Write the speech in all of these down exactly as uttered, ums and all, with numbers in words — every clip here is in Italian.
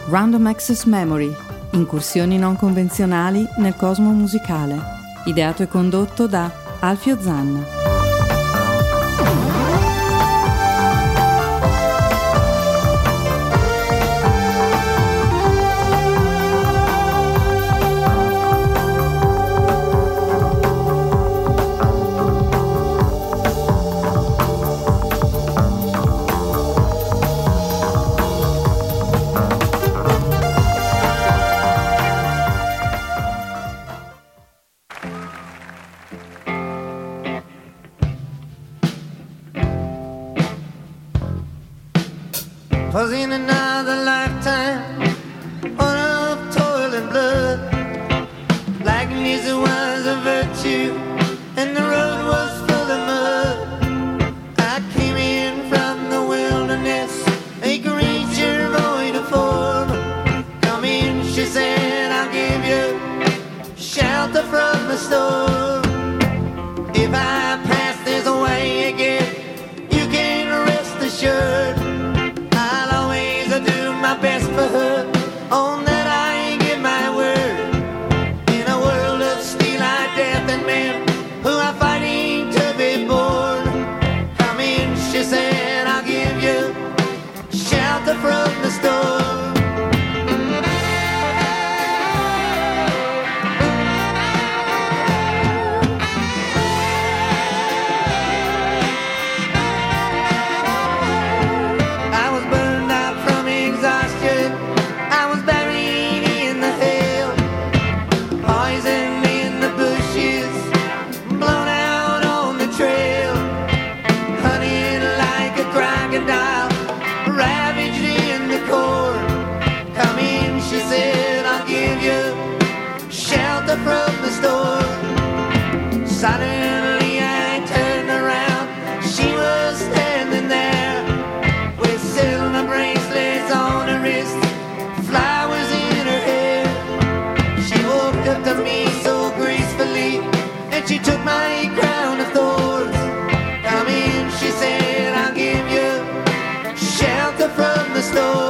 Random Access Memory, incursioni non convenzionali nel cosmo musicale, ideato e condotto da Alfio Zanna. Was in another lifetime, one of toil and blood. Like music was a virtue, and the road was full of mud. I came in from the wilderness, a creature void of form. Come in, she said, I'll give you shelter from the storm. If I pass this way again, you can rest assured my best for her, on that I give my word. In a world of steel-eyed death and men who are fighting to be born. Come in, she said, I'll give you shelter from the storm. From the storm. Suddenly I turned around, she was standing there with silver bracelets on her wrist, flowers in her hair. She walked up to me so gracefully, and she took my crown of thorns. Come in, she said, I'll give you shelter from the storm.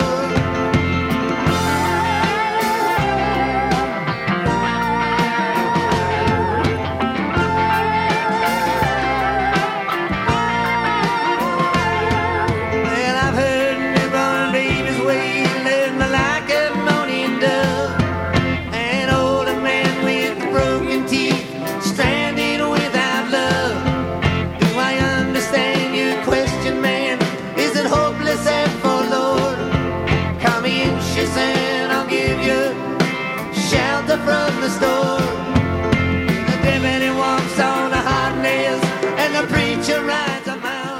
From the storm, the deputy walks on the hot nails, and the preacher rides a mount.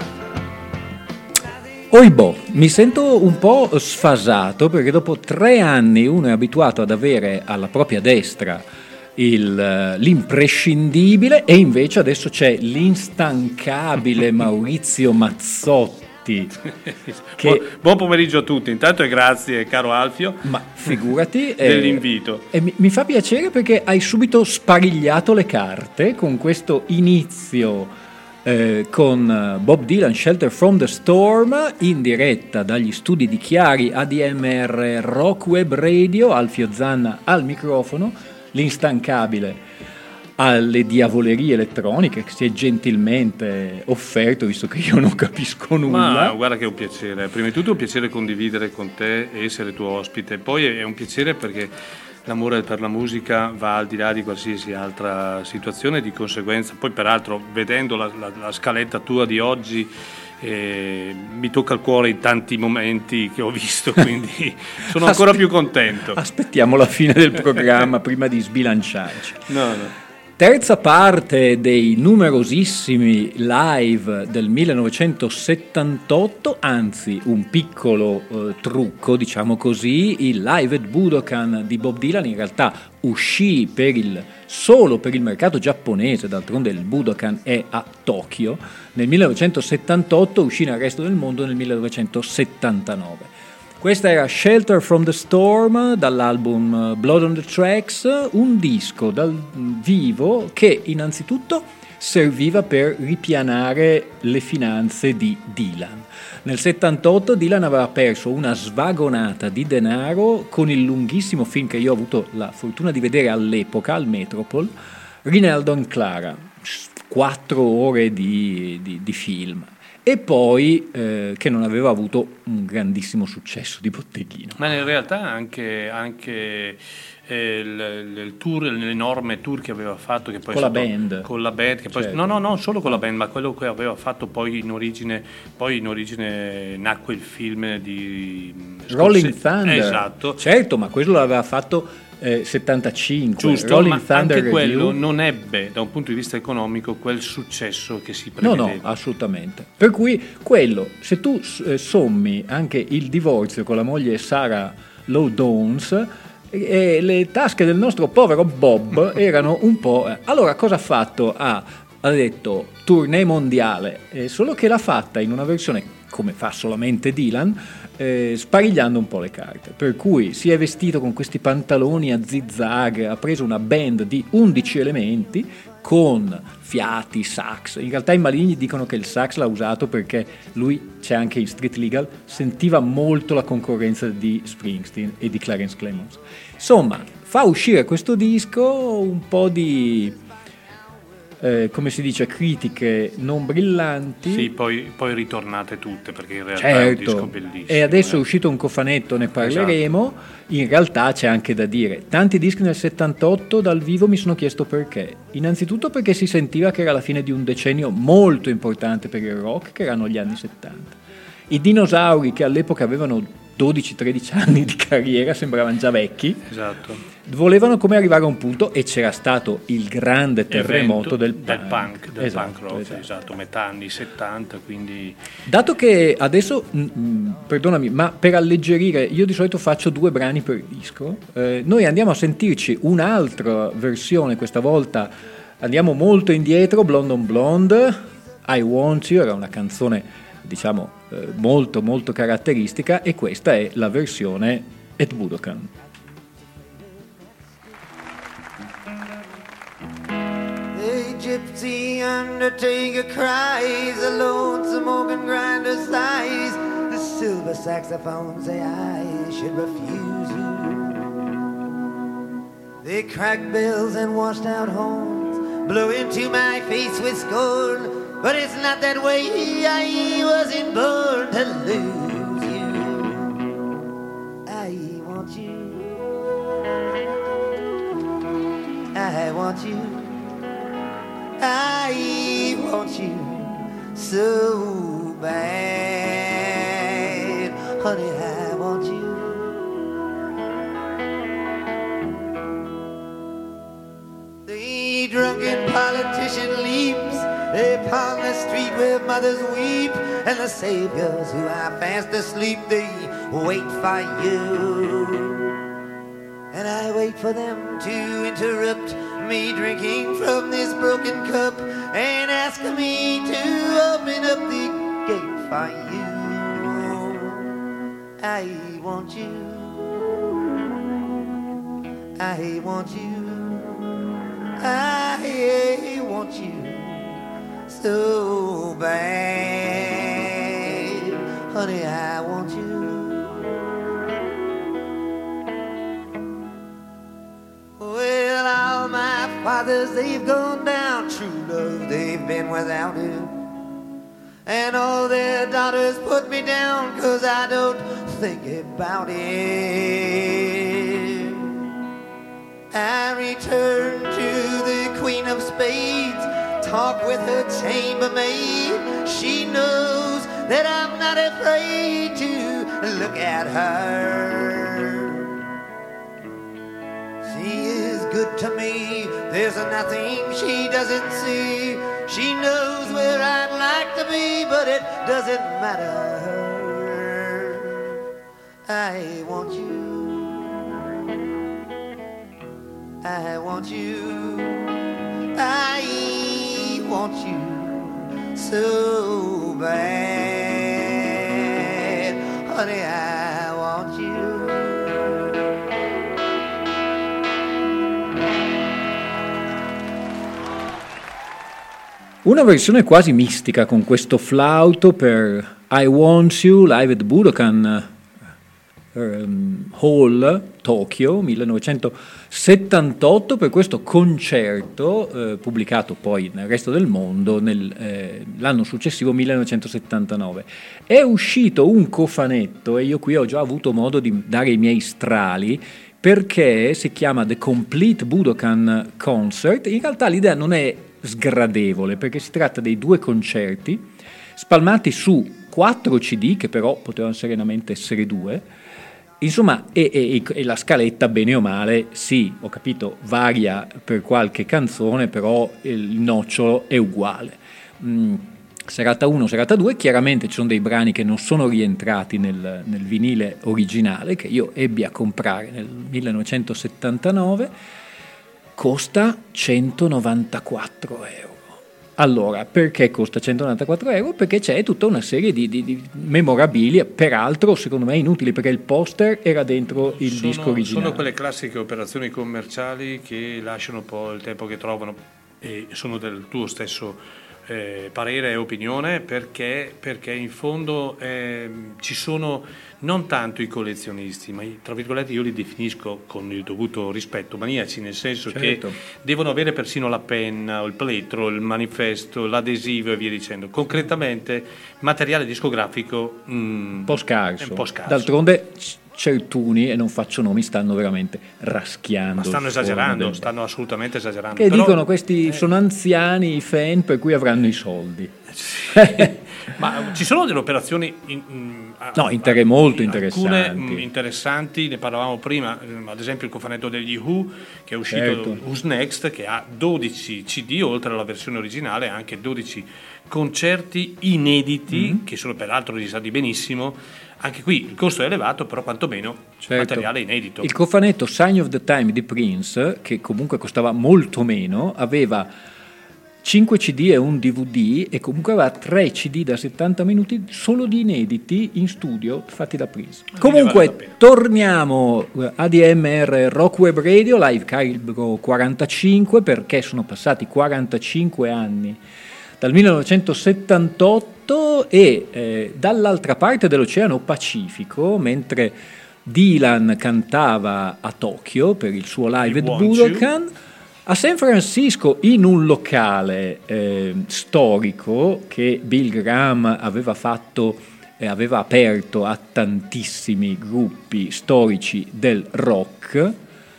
Oibò, mi sento un po' sfasato perché dopo tre anni uno è abituato ad avere alla propria destra il, l'imprescindibile e invece adesso c'è l'instancabile Maurizio Mazzotti. Che... Buon pomeriggio a tutti, intanto e grazie caro Alfio. Ma figurati dell'invito. E eh, mi, mi fa piacere perché hai subito sparigliato le carte con questo inizio eh, con Bob Dylan, Shelter from the Storm, in diretta dagli studi di Chiari A D M R Rock Web Radio, Alfio Zanna al microfono, l'instancabile alle diavolerie elettroniche che si è gentilmente offerto, visto che io non capisco nulla. Ma guarda che è un piacere, prima di tutto è un piacere condividere con te e essere tuo ospite, poi è un piacere perché l'amore per la musica va al di là di qualsiasi altra situazione, di conseguenza poi peraltro vedendo la, la, la scaletta tua di oggi eh, mi tocca il cuore in tanti momenti che ho visto, quindi sono ancora Aspe- più contento. Aspettiamo la fine del programma prima di sbilanciarci. No, no. Terza parte dei numerosissimi live del millenovecentosettantotto, anzi un piccolo eh, trucco, diciamo così, il live at Budokan di Bob Dylan in realtà uscì per il, solo per il mercato giapponese, d'altronde il Budokan è a Tokyo, nel millenovecentosettantotto, uscì nel resto del mondo nel millenovecentosettantanove. Questa era Shelter from the Storm dall'album Blood on the Tracks, un disco dal vivo che innanzitutto serviva per ripianare le finanze di Dylan. Nel settantotto Dylan aveva perso una svagonata di denaro con il lunghissimo film che io ho avuto la fortuna di vedere all'epoca al Metropol, Rinaldo and Clara, quattro ore di, di, di film. E poi eh, che non aveva avuto un grandissimo successo di botteghino. Ma in realtà anche, anche eh, il, il tour, l'enorme tour che aveva fatto, che poi con la stato, band, con la band, che poi, certo. no, no, non solo con la band, ma quello che aveva fatto poi in origine, poi in origine nacque il film di Rolling Scorsese. Thunder. Esatto. Certo, ma quello l'aveva fatto Eh, settantacinque, giusto, Rolling ma Thunder anche quello Review. non ebbe da un punto di vista economico quel successo che si prevedeva. No, no, assolutamente. Per cui quello, se tu eh, sommi anche il divorzio con la moglie Sarah Lowe Downs, e le tasche del nostro povero Bob erano un po'... Eh. Allora cosa ha fatto? Ha, ha detto tournée mondiale, eh, solo che l'ha fatta in una versione, come fa solamente Dylan, Eh, sparigliando un po' le carte, per cui si è vestito con questi pantaloni a zigzag, ha preso una band di undici elementi con fiati, sax. In realtà i maligni dicono che il sax l'ha usato perché lui, c'è anche in Street Legal, sentiva molto la concorrenza di Springsteen e di Clarence Clemons. Insomma, fa uscire questo disco un po' di Eh, come si dice, critiche non brillanti. Sì, poi, poi ritornate tutte, perché in realtà certo, è un disco bellissimo. E adesso eh. è uscito un cofanetto, ne parleremo. Esatto. In realtà c'è anche da dire, tanti dischi nel settantotto dal vivo mi sono chiesto perché. Innanzitutto perché si sentiva che era la fine di un decennio molto importante per il rock, che erano gli anni settanta. I dinosauri, che all'epoca avevano dodici tredici anni di carriera, sembravano già vecchi. Esatto. Volevano come arrivare a un punto, e c'era stato il grande terremoto Evento del del punk, punk, del esatto, punk rock, esatto. esatto, metà anni settanta, quindi... Dato che adesso, mh, perdonami, ma per alleggerire, io di solito faccio due brani per disco, eh, noi andiamo a sentirci un'altra versione, questa volta andiamo molto indietro, Blonde on Blonde, I Want You, era una canzone, diciamo, eh, molto molto caratteristica, e questa è la versione Ed Budokan. Gypsy undertaker cries, the lonesome organ grinder sighs, the silver saxophone say I should refuse you. They crack bells and washed out horns, blow into my face with scorn, but it's not that way, I wasn't born to lose you. I want you, I want you, I want you so bad, honey, I want you. The drunken politician leaps upon the street where mothers weep, and the saviors who are fast asleep, they wait for you. And I wait for them to interrupt me drinking from this broken cup and ask me to open up the gate for you. I want you, I want you, I want you so bad, honey, I want you. Well, all my fathers, they've gone down, true love, they've been without it. And all their daughters put me down, 'cause I don't think about it. I return to the Queen of Spades, talk with her chambermaid. She knows that I'm not afraid to look at her. She is good to me, there's nothing she doesn't see. She knows where I'd like to be, but it doesn't matter. I want you, I want you, I want you so bad, honey, I want you. una versione quasi mistica con questo flauto per I Want You, live at Budokan um, Hall, Tokyo, millenovecentosettantotto, per questo concerto eh, pubblicato poi nel resto del mondo nel, eh, l'anno successivo, millenovecentosettantanove. È uscito un cofanetto, e io qui ho già avuto modo di dare i miei strali, perché si chiama The Complete Budokan Concert. In realtà l'idea non è sgradevole, perché si tratta dei due concerti spalmati su quattro C D, che però potevano serenamente essere due, insomma, e, e, e la scaletta, bene o male, sì, ho capito, varia per qualche canzone, però il nocciolo è uguale. Mm. Serata uno, serata due, chiaramente ci sono dei brani che non sono rientrati nel, nel vinile originale, che io ebbi a comprare nel millenovecentosettantanove, costa centonovantaquattro euro. Allora, perché costa centonovantaquattro euro? Perché c'è tutta una serie di, di, di memorabilia, peraltro secondo me inutili, perché il poster era dentro il sono, disco originale. Sono quelle classiche operazioni commerciali che lasciano un po' il tempo che trovano, e sono del tuo stesso Eh, parere e opinione, perché, perché in fondo eh, ci sono non tanto i collezionisti, ma tra virgolette io li definisco, con il dovuto rispetto, maniaci, nel senso certo. che devono avere persino la penna, il plettro, il manifesto, l'adesivo e via dicendo. Concretamente materiale discografico mh, un po' scarso. un po' scarso. D'altronde certuni, e non faccio nomi, stanno veramente raschiando. Ma stanno esagerando, stanno assolutamente esagerando. Che Però, dicono questi eh, sono anziani i fan, per cui avranno i soldi. Sì. Ma ci sono delle operazioni in, in, no, inter- molto alcune, interessanti. Mh, interessanti, ne parlavamo prima, ad esempio il cofanetto degli Who, che è uscito, certo. Who's Next, che ha dodici C D, oltre alla versione originale anche dodici concerti inediti, mm-hmm. che sono peraltro registrati benissimo. Anche qui il costo è elevato, però quantomeno certo. materiale inedito. Il cofanetto Sign of the Time di Prince, che comunque costava molto meno, aveva cinque C D e un D V D, e comunque aveva tre C D da settanta minuti solo di inediti in studio fatti da Prince. Comunque vale torniamo a D M R Rock Web Radio, live calibro quarantacinque, perché sono passati quarantacinque anni dal millenovecentosettantotto, e eh, dall'altra parte dell'Oceano Pacifico, mentre Dylan cantava a Tokyo per il suo live at Budokan, a San Francisco, in un locale eh, storico che Bill Graham aveva fatto, eh, aveva aperto a tantissimi gruppi storici del rock,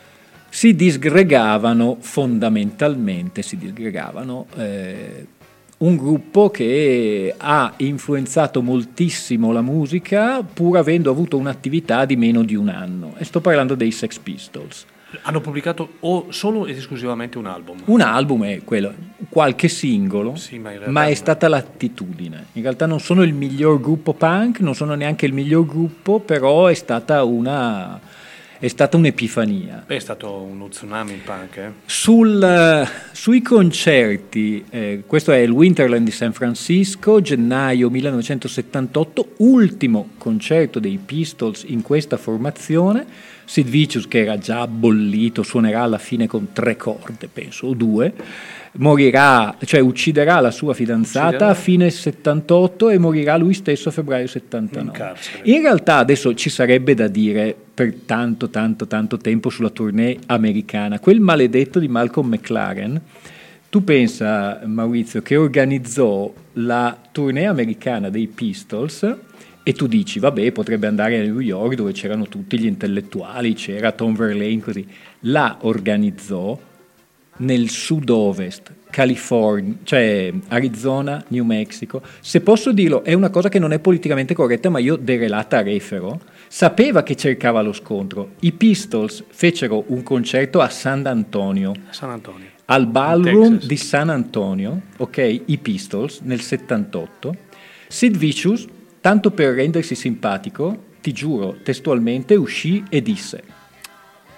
si disgregavano fondamentalmente, si disgregavano eh, un gruppo che ha influenzato moltissimo la musica, pur avendo avuto un'attività di meno di un anno, e sto parlando dei Sex Pistols. Hanno pubblicato o solo ed esclusivamente un album? Un album è quello, qualche singolo, sì, ma, ma è stata l'attitudine. In realtà non sono il miglior gruppo punk, non sono neanche il miglior gruppo, però è stata una... è stata un'epifania. Beh, è stato uno tsunami il punk, eh? Sul, uh, sui concerti, eh, questo è il Winterland di San Francisco, gennaio millenovecentosettantotto, ultimo concerto dei Pistols in questa formazione. Sid Vicious, che era già bollito, suonerà alla fine con tre corde, penso, o due, morirà, cioè ucciderà la sua fidanzata ucciderà. a fine settantotto, e morirà lui stesso a febbraio settantanove. In, in realtà adesso ci sarebbe da dire per tanto tanto tanto tempo sulla tournée americana, quel maledetto di Malcolm McLaren. Tu pensa, Maurizio, che organizzò la tournée americana dei Pistols, e tu dici, vabbè, potrebbe andare a New York dove c'erano tutti gli intellettuali, c'era Tom Verlaine, così. La organizzò nel sud-ovest, California, cioè Arizona, New Mexico. Se posso dirlo, è una cosa che non è politicamente corretta, ma io derelata refero. Sapeva che cercava lo scontro. I Pistols fecero un concerto a San Antonio. San Antonio. Al ballroom di San Antonio, ok? I Pistols nel settantotto. Sid Vicious, tanto per rendersi simpatico, ti giuro, testualmente uscì e disse: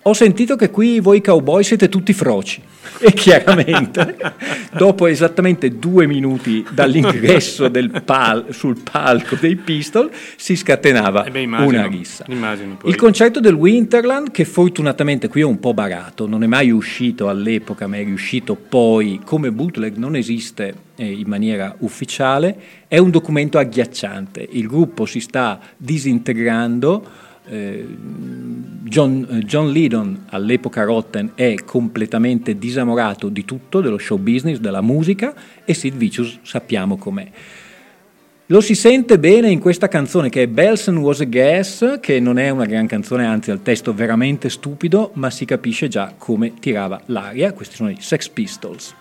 ho sentito che qui voi cowboy siete tutti froci. E chiaramente, dopo esattamente due minuti dall'ingresso del pal- sul palco dei Pistol, si scatenava eh beh, immagino, una rissa. Immagino poi. Il concerto del Winterland, che fortunatamente qui è un po' barato, non è mai uscito all'epoca, ma è riuscito poi come bootleg, non esiste eh, in maniera ufficiale, è un documento agghiacciante. Il gruppo si sta disintegrando. Eh, John, eh, John Lydon, all'epoca Rotten, è completamente disamorato di tutto, dello show business, della musica, e Sid Vicious sappiamo com'è. Lo si sente bene in questa canzone che è Bells and Was a Gas, che non è una gran canzone, anzi ha il testo veramente stupido, ma si capisce già come tirava l'aria. Questi sono i Sex Pistols.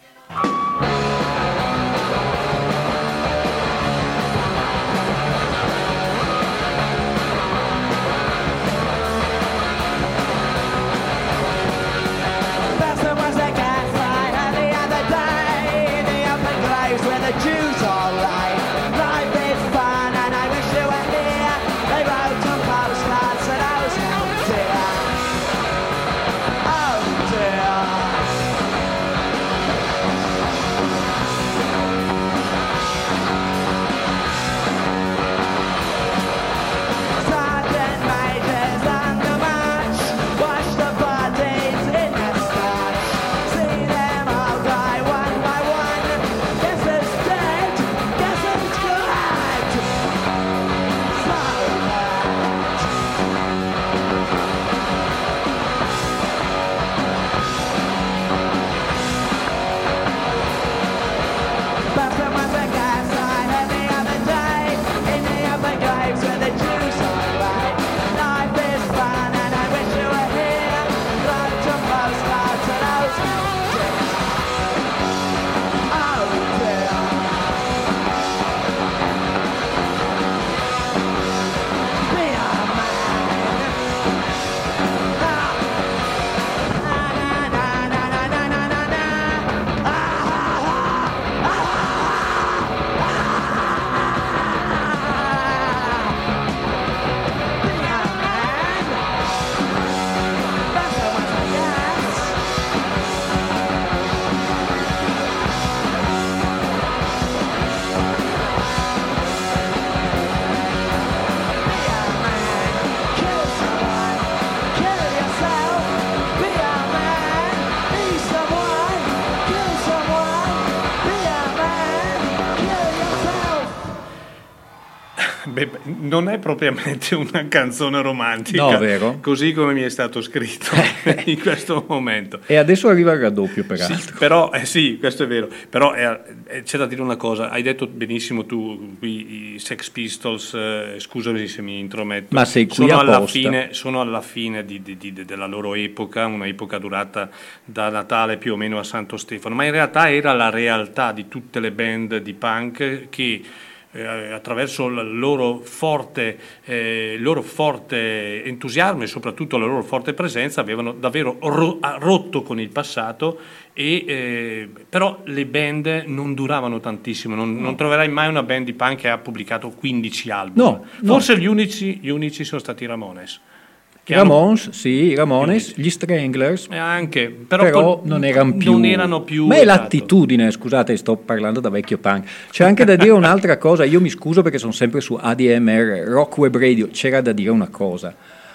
Beh, non è propriamente una canzone romantica, no, vero? Così come mi è stato scritto in questo momento. E adesso arriva il raddoppio, peraltro. Sì, però, eh, sì, questo è vero. Però è, è, c'è da dire una cosa, hai detto benissimo tu, qui, i Sex Pistols, eh, scusami se mi intrometto, ma sei qui sono, alla apposta. fine, sono alla fine di, di, di, della loro epoca, un'epoca durata da Natale più o meno a Santo Stefano, ma in realtà era la realtà di tutte le band di punk che Eh, attraverso il loro forte, eh, loro forte entusiasmo e soprattutto la loro forte presenza avevano davvero ro- rotto con il passato e, eh, però le band non duravano tantissimo, non, no. non troverai mai una band di punk che ha pubblicato quindici album, no, forse no. Gli, unici, gli unici sono stati i Ramones. I Ramones, sì, i Ramones, gli Stranglers, eh, anche, però, però non erano più, non erano più ma è esatto. l'attitudine, scusate, sto parlando da vecchio punk. C'è anche da dire un'altra cosa, io mi scuso perché sono sempre su A D M R, Rock Web Radio, c'era da dire una cosa,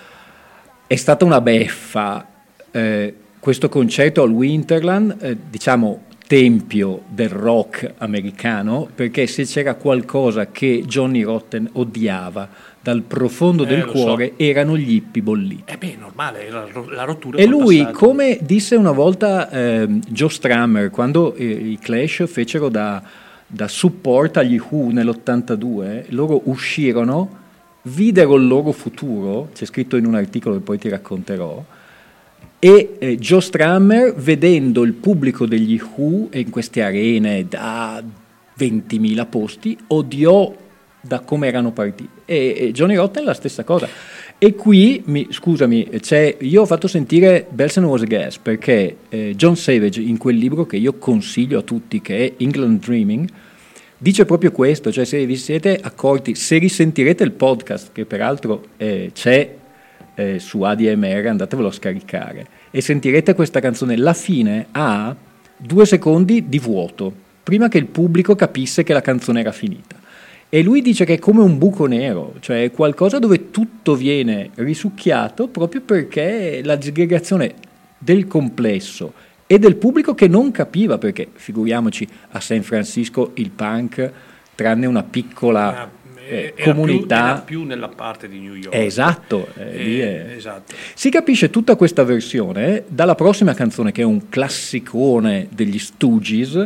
è stata una beffa eh, questo concerto al Winterland, eh, diciamo tempio del rock americano, perché se c'era qualcosa che Johnny Rotten odiava dal profondo eh, del cuore so. erano gli hippie bolliti. Eh beh, normale, era la rottura. E lui, passato. come disse una volta eh, Joe Strummer, quando eh, i Clash fecero da, da support agli Who nell'ottantadue, loro uscirono, videro il loro futuro, c'è scritto in un articolo che poi ti racconterò, e eh, Joe Strummer, vedendo il pubblico degli Who in queste arene da ventimila posti, odiò da come erano partiti, e, e Johnny Rotten la stessa cosa. E qui, mi, scusami, c'è, io ho fatto sentire Bells and Was a Gas perché eh, John Savage, in quel libro che io consiglio a tutti, che è England Dreaming, dice proprio questo, cioè se vi siete accorti, se risentirete il podcast, che peraltro eh, c'è eh, su A D M R, andatevelo a scaricare e sentirete questa canzone. La fine ha due secondi di vuoto prima che il pubblico capisse che la canzone era finita, e lui dice che è come un buco nero, cioè è qualcosa dove tutto viene risucchiato proprio perché la disgregazione del complesso e del pubblico che non capiva, perché figuriamoci a San Francisco il punk, tranne una piccola eh, era comunità, più, era più nella parte di New York. Esatto, eh, eh, lì è... esatto. Si capisce tutta questa versione dalla prossima canzone, che è un classicone degli Stooges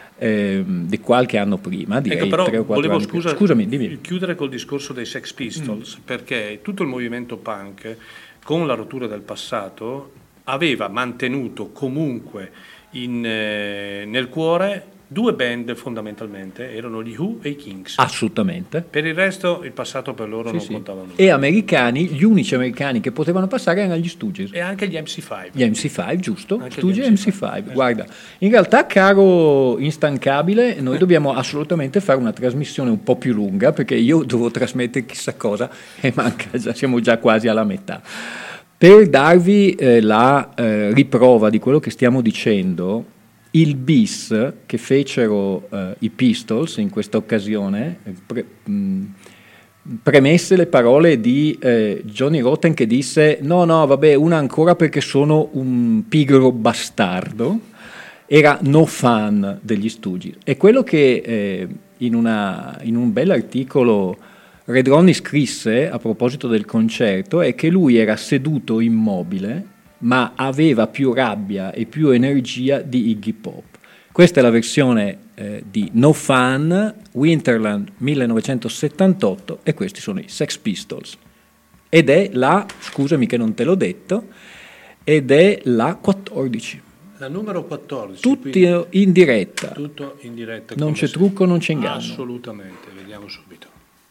eh, di qualche anno prima, direi ecco, però tre o quattro volevo anni scusa, Scusami, dimmi. chiudere col discorso dei Sex Pistols, mm. perché tutto il movimento punk, con la rottura del passato, aveva mantenuto comunque in, eh, nel cuore due band fondamentalmente, erano gli Who e i Kings. Assolutamente. Per il resto il passato per loro Sì, non sì. contava nulla. E americani, gli unici americani che potevano passare erano gli Stooges. E anche gli M C cinque. Gli M C cinque, giusto? Anche Stooges gli e M M C C cinque. cinque. Guarda, in realtà, caro instancabile, noi dobbiamo assolutamente fare una trasmissione un po' più lunga, perché io devo trasmettere chissà cosa e manca già, siamo già quasi alla metà. Per darvi eh, la eh, riprova di quello che stiamo dicendo, il bis che fecero eh, i Pistols in questa occasione, pre- mh, premesse le parole di eh, Johnny Rotten, che disse no no vabbè, una ancora perché sono un pigro bastardo, era no fan degli Stooges. E quello che eh, in, una, in un bell'articolo Red Ronnie scrisse a proposito del concerto è che lui era seduto immobile, ma aveva più rabbia e più energia di Iggy Pop. Questa è la versione eh, di No Fun, Winterland millenovecentosettantotto, e questi sono i Sex Pistols. Ed è la, scusami che non te l'ho detto, ed è la quattordici. La numero quattordici. Tutti in diretta. Tutto in diretta. Non c'è se... trucco, non c'è inganno. Assolutamente, vediamo subito.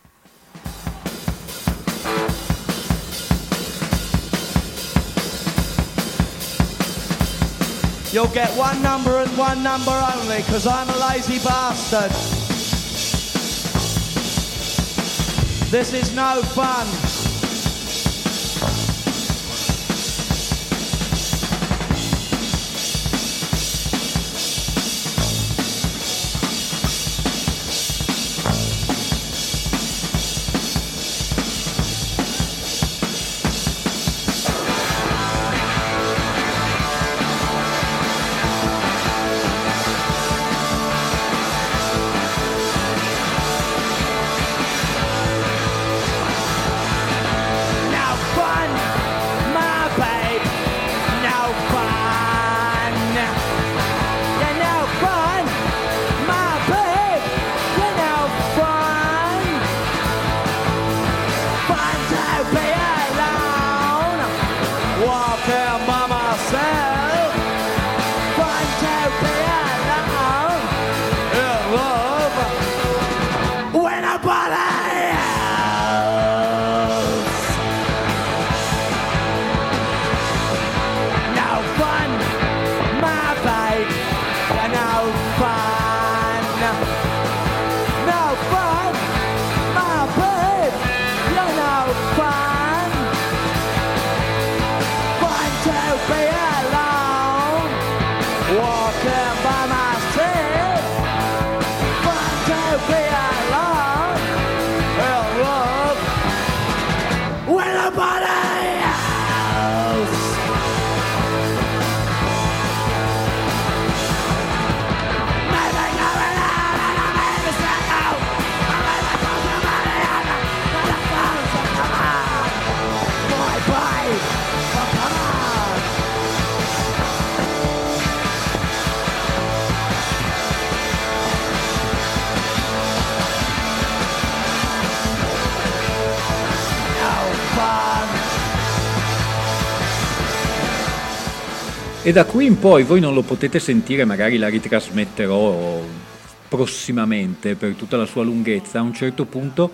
You'll get one number and one number only, because I'm a lazy bastard. This is no fun. E da qui in poi voi non lo potete sentire, magari la ritrasmetterò prossimamente per tutta la sua lunghezza. A un certo punto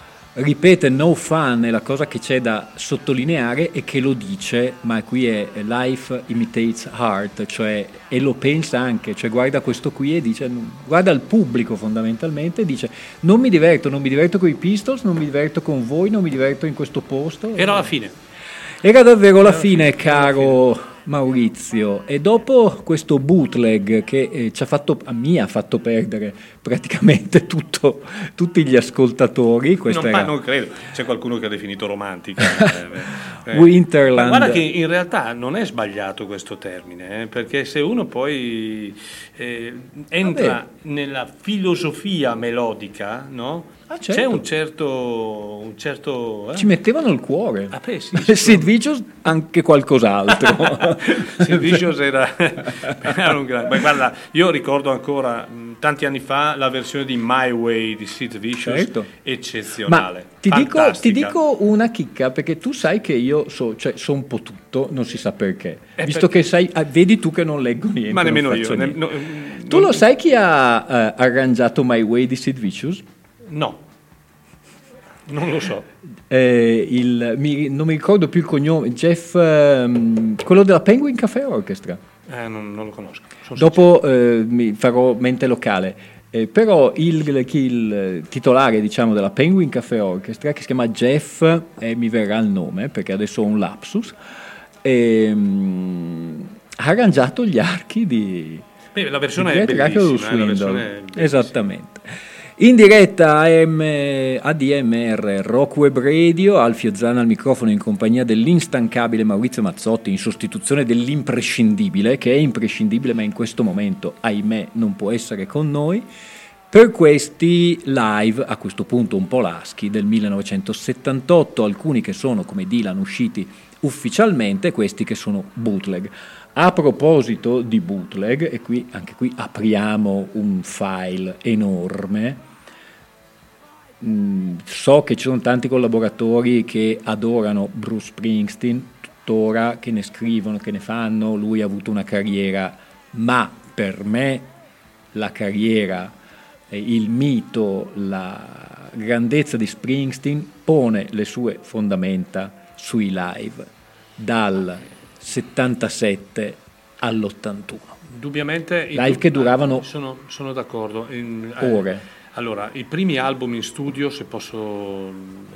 ripete no fun, e la cosa che c'è da sottolineare è che lo dice, ma qui è life imitates art, cioè, e lo pensa anche, cioè guarda questo qui e dice, guarda il pubblico fondamentalmente, e dice non mi diverto, non mi diverto con i Pistols, non mi diverto con voi, non mi diverto in questo posto. Era la fine. Era davvero la fine, caro Maurizio, e dopo questo bootleg che eh, ci ha fatto, a me ha fatto perdere praticamente tutto, tutti gli ascoltatori. Non, era... non credo, c'è qualcuno che ha definito romantica. eh, eh. Winterland. Ma guarda che in realtà non è sbagliato questo termine, eh, perché se uno poi eh, entra Vabbè. nella filosofia melodica, no? Ah, certo. C'è un certo, un certo eh? Ci mettevano il cuore. Ah, beh, sì, Sid Vicious anche qualcos'altro. Sid Vicious era, era un grande. Beh, guarda, io ricordo ancora mh, tanti anni fa la versione di My Way di Sid Vicious, certo. eccezionale. Ma ti dico, ti fantastica. dico una chicca, perché tu sai che io so, cioè, so un po' tutto, non si sa perché. Eh, Visto perché- che sai, ah, vedi tu che non leggo niente. Ma non nemmeno faccio io. ne- niente. no, Tu non- lo sai chi ha eh, arrangiato My Way di Sid Vicious? No, non lo so. Eh, il, mi- non mi ricordo più il cognome, Jeff, ehm, quello della Penguin Cafe Orchestra. Eh, non, non lo conosco. Sono Dopo eh, mi farò mente locale. Eh, però il, chi- il titolare, diciamo, della Penguin Cafe Orchestra, che si chiama Jeff, e mi verrà il nome perché adesso ho un lapsus, ehm, ha arrangiato gli archi di, Beh, la versione di è Great Rachel bellissima. eh, la Swindle. versione è bellissima. Esattamente. In diretta A M, A D M R Rock Web Radio, Alfio Zanna al microfono in compagnia dell'instancabile Maurizio Mazzotti, in sostituzione dell'imprescindibile, che è imprescindibile ma in questo momento, ahimè, non può essere con noi, per questi live, a questo punto un po' laschi, del millenovecentosettantotto, alcuni che sono come Dylan usciti ufficialmente, questi che sono bootleg. A proposito di bootleg, e qui anche qui apriamo un file enorme, mm, so che ci sono tanti collaboratori che adorano Bruce Springsteen, tuttora, che ne scrivono, che ne fanno, lui ha avuto una carriera, ma per me la carriera, eh, il mito, la grandezza di Springsteen pone le sue fondamenta sui live, dal settantasette all'ottantuno. Indubbiamente i- Live che duravano sono, sono d'accordo. In- eh, ore. allora, i primi album in studio, se posso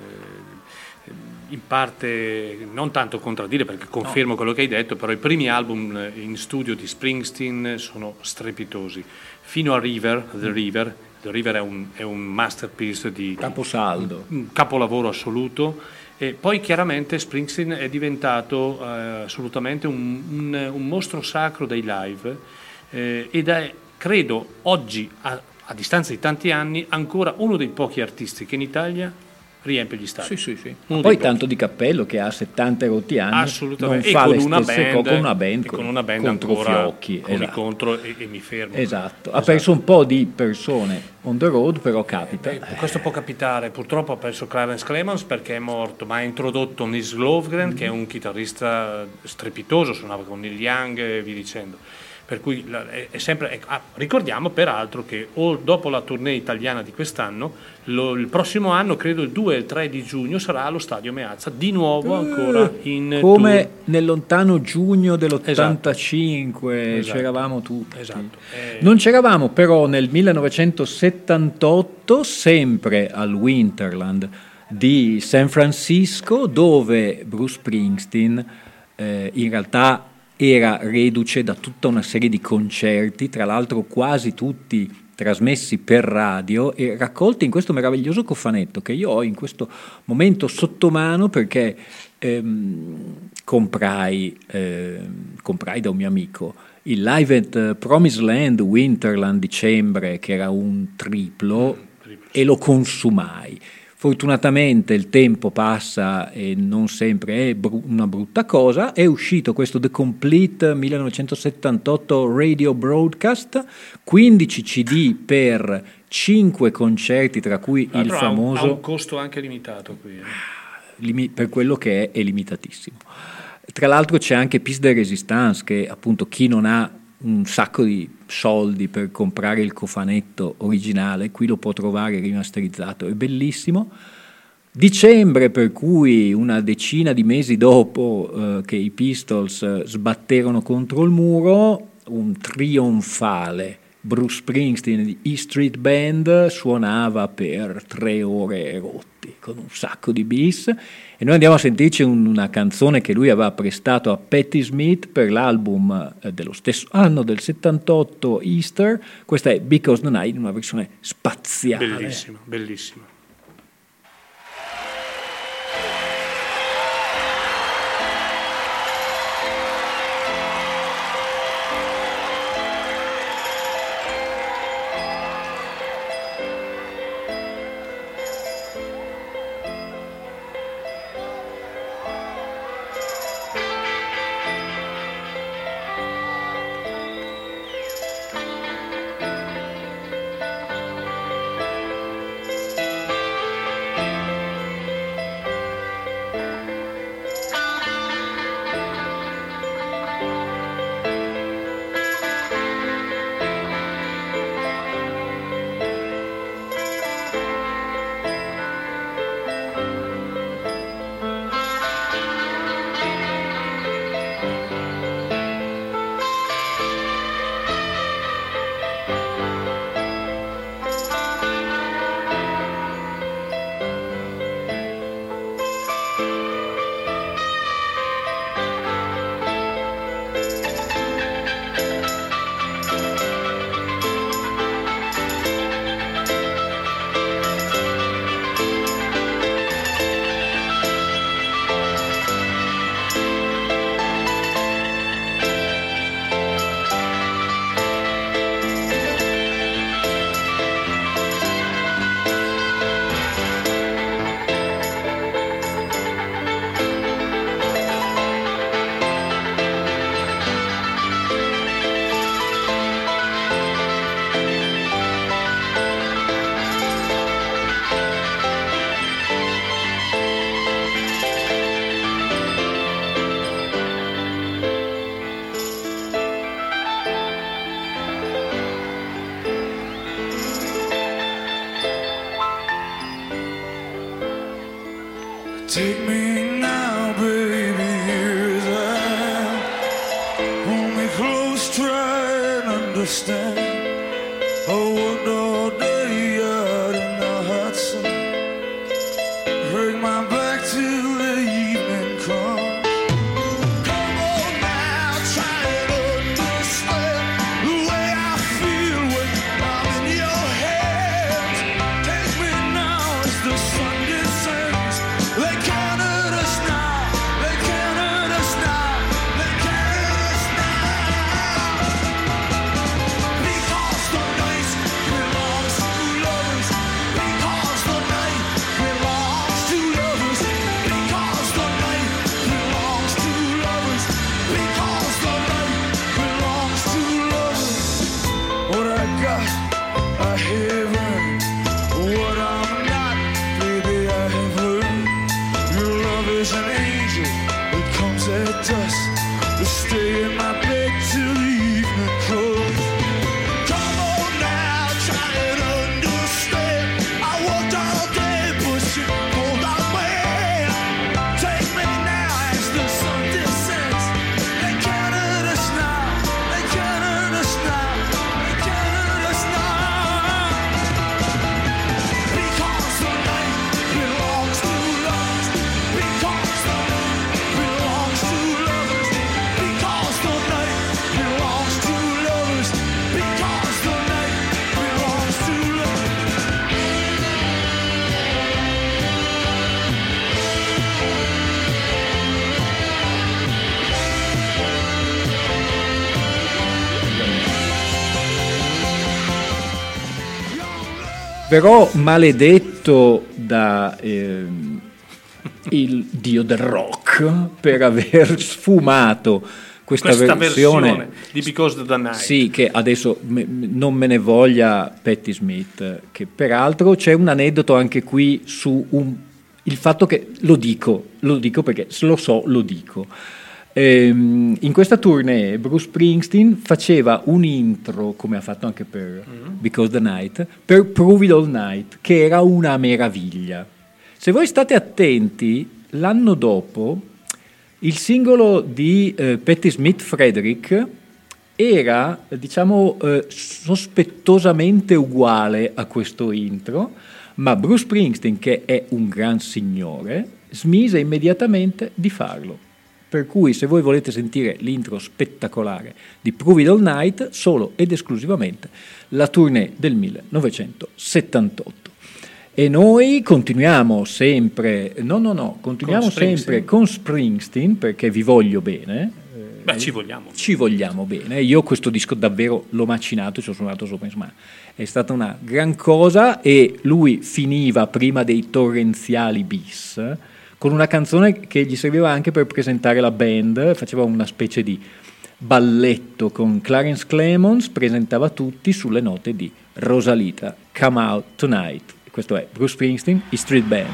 eh, in parte non tanto contraddire perché confermo quello che hai detto, però i primi album in studio di Springsteen sono strepitosi. Fino a River, The River, The River è un, è un masterpiece di Caposaldo. un capolavoro assoluto. E poi chiaramente Springsteen è diventato eh, assolutamente un, un, un mostro sacro dei live eh, ed è, credo, oggi, a, a distanza di tanti anni, ancora uno dei pochi artisti che in Italia riempie gli stadi. Sì, sì, sì. Uno Poi dei tanto di cappello che ha settanta rotti anni, Assolutamente. non fa e con le una stesse band, cose, con una band, e con una band contro ancora fiocchi. con i Esatto. contro e, e mi fermo. Esatto. Ha perso un po' di persone on the road, però capita. Eh, questo può capitare, purtroppo ha perso Clarence Clemons perché è morto, ma ha introdotto Nils Lofgren, che è un chitarrista strepitoso, suonava con Neil Young e via dicendo. Per cui la- è, è sempre, è- ah, ricordiamo peraltro che o, dopo la tournée italiana di quest'anno, lo- il prossimo anno, credo il due e il tre di giugno, sarà allo Stadio Meazza, di nuovo ancora in Come tour. nel lontano giugno dell'ottantacinque Esatto. c'eravamo tutti. Esatto. Eh, Non c'eravamo però nel millenovecentosettantotto, sempre al Winterland di San Francisco, dove Bruce Springsteen eh, in realtà era reduce da tutta una serie di concerti, tra l'altro quasi tutti trasmessi per radio e raccolti in questo meraviglioso cofanetto che io ho in questo momento sotto mano perché ehm, comprai, ehm, comprai da un mio amico il Live at Promised Land Winterland dicembre, che era un triplo, e lo consumai. Fortunatamente il tempo passa e non sempre è bru- una brutta cosa. È uscito questo The Complete millenovecentosettantotto Radio Broadcast, quindici C D per cinque concerti, tra cui tra il l'altro ha un- famoso... ha un costo anche limitato qui. eh. limi- per quello che è, è limitatissimo. Tra l'altro c'è anche Piece de Resistance, che appunto chi non ha un sacco di soldi per comprare il cofanetto originale, qui lo può trovare rimasterizzato, è bellissimo. Dicembre, per cui una decina di mesi dopo eh, che i Pistols eh, sbatterono contro il muro, un trionfale Bruce Springsteen di E Street Band suonava per tre ore rotti. con un sacco di bis, e noi andiamo a sentirci un, una canzone che lui aveva prestato a Patti Smith per l'album eh, dello stesso anno, del settantotto, Easter. Questa è Because the Night, una versione spaziale. Bellissima, bellissima. Take me now, baby, here's I am. Hold me close, try and understand. I worked all day out in the hot sun. Break my back till the evening comes. Come on now, try and understand the way I feel when I'm in your hands. Take me now as the sun descends. They can't hurt us now, they can't hurt us now, they can't hurt us now. Because the night belongs to lovers. Because the night belongs to lovers. Because the night belongs to lovers. Because the night belongs to lovers. What I got, I have earned. What I'm not, baby, I have learned. Your love is an angel that comes at dusk to stay in my bed till the evening comes. Come on now, try and understand. I worked all day pushing, hold on my hand. Take me now as the sun descends. They can't hurt us now, they can't hurt us now, they can't hurt us now. Because the night belongs to lovers. Because the night belongs to lovers. Because the night belongs to lovers. Because the night belongs to lovers. Verrò maledetto da ehm, il dio del rock per aver sfumato questa, Questa versione, versione di Because of the Night. Sì, che adesso me- non me ne voglia Patti Smith, che peraltro c'è un aneddoto anche qui su un, il fatto che, lo dico, lo dico perché se lo so, lo dico. Ehm, in questa tournée Bruce Springsteen faceva un intro, come ha fatto anche per Because the Night, per Prove It All Night, che era una meraviglia. Se voi state attenti, l'anno dopo il singolo di eh, Patti Smith, Frederick, era, diciamo, eh, sospettosamente uguale a questo intro, ma Bruce Springsteen, che è un gran signore, smise immediatamente di farlo. Per cui se voi volete sentire l'intro spettacolare di Prove It All Night, solo ed esclusivamente la tournée del millenovecentosettantotto. E noi continuiamo sempre, no no no, continuiamo Con sempre Springsteen. con Springsteen, perché vi voglio bene. Beh, ci vogliamo. Ci vogliamo bene. Io questo disco davvero l'ho macinato e ci ho suonato sopra, insomma, è stata una gran cosa, e lui finiva prima dei torrenziali bis con una canzone che gli serviva anche per presentare la band, faceva una specie di balletto con Clarence Clemons, presentava tutti sulle note di Rosalita, Come Out Tonight. Questo è Bruce Springsteen, i Street Band.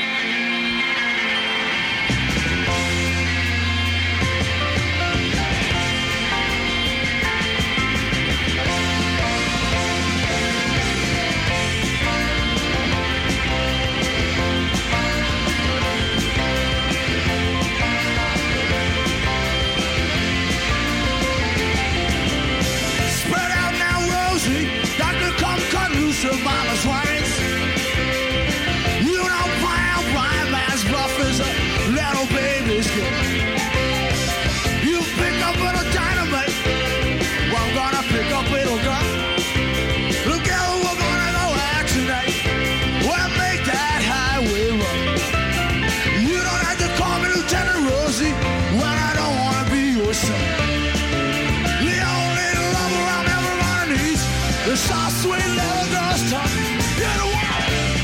Spread out now, Rosie. Doctor, come cut loose your mama's wings. You know, Brian, Brian, man's rough as a little baby's girl. You pick up little dynamite. Well, I'm gonna pick up little gun. Together we're gonna go out tonight. We'll make that highway run. You don't have to call me Lieutenant Rosie when I don't wanna be your son. The only lover I'm ever gonna need is soft, sweet little girl's tongue. You're the one.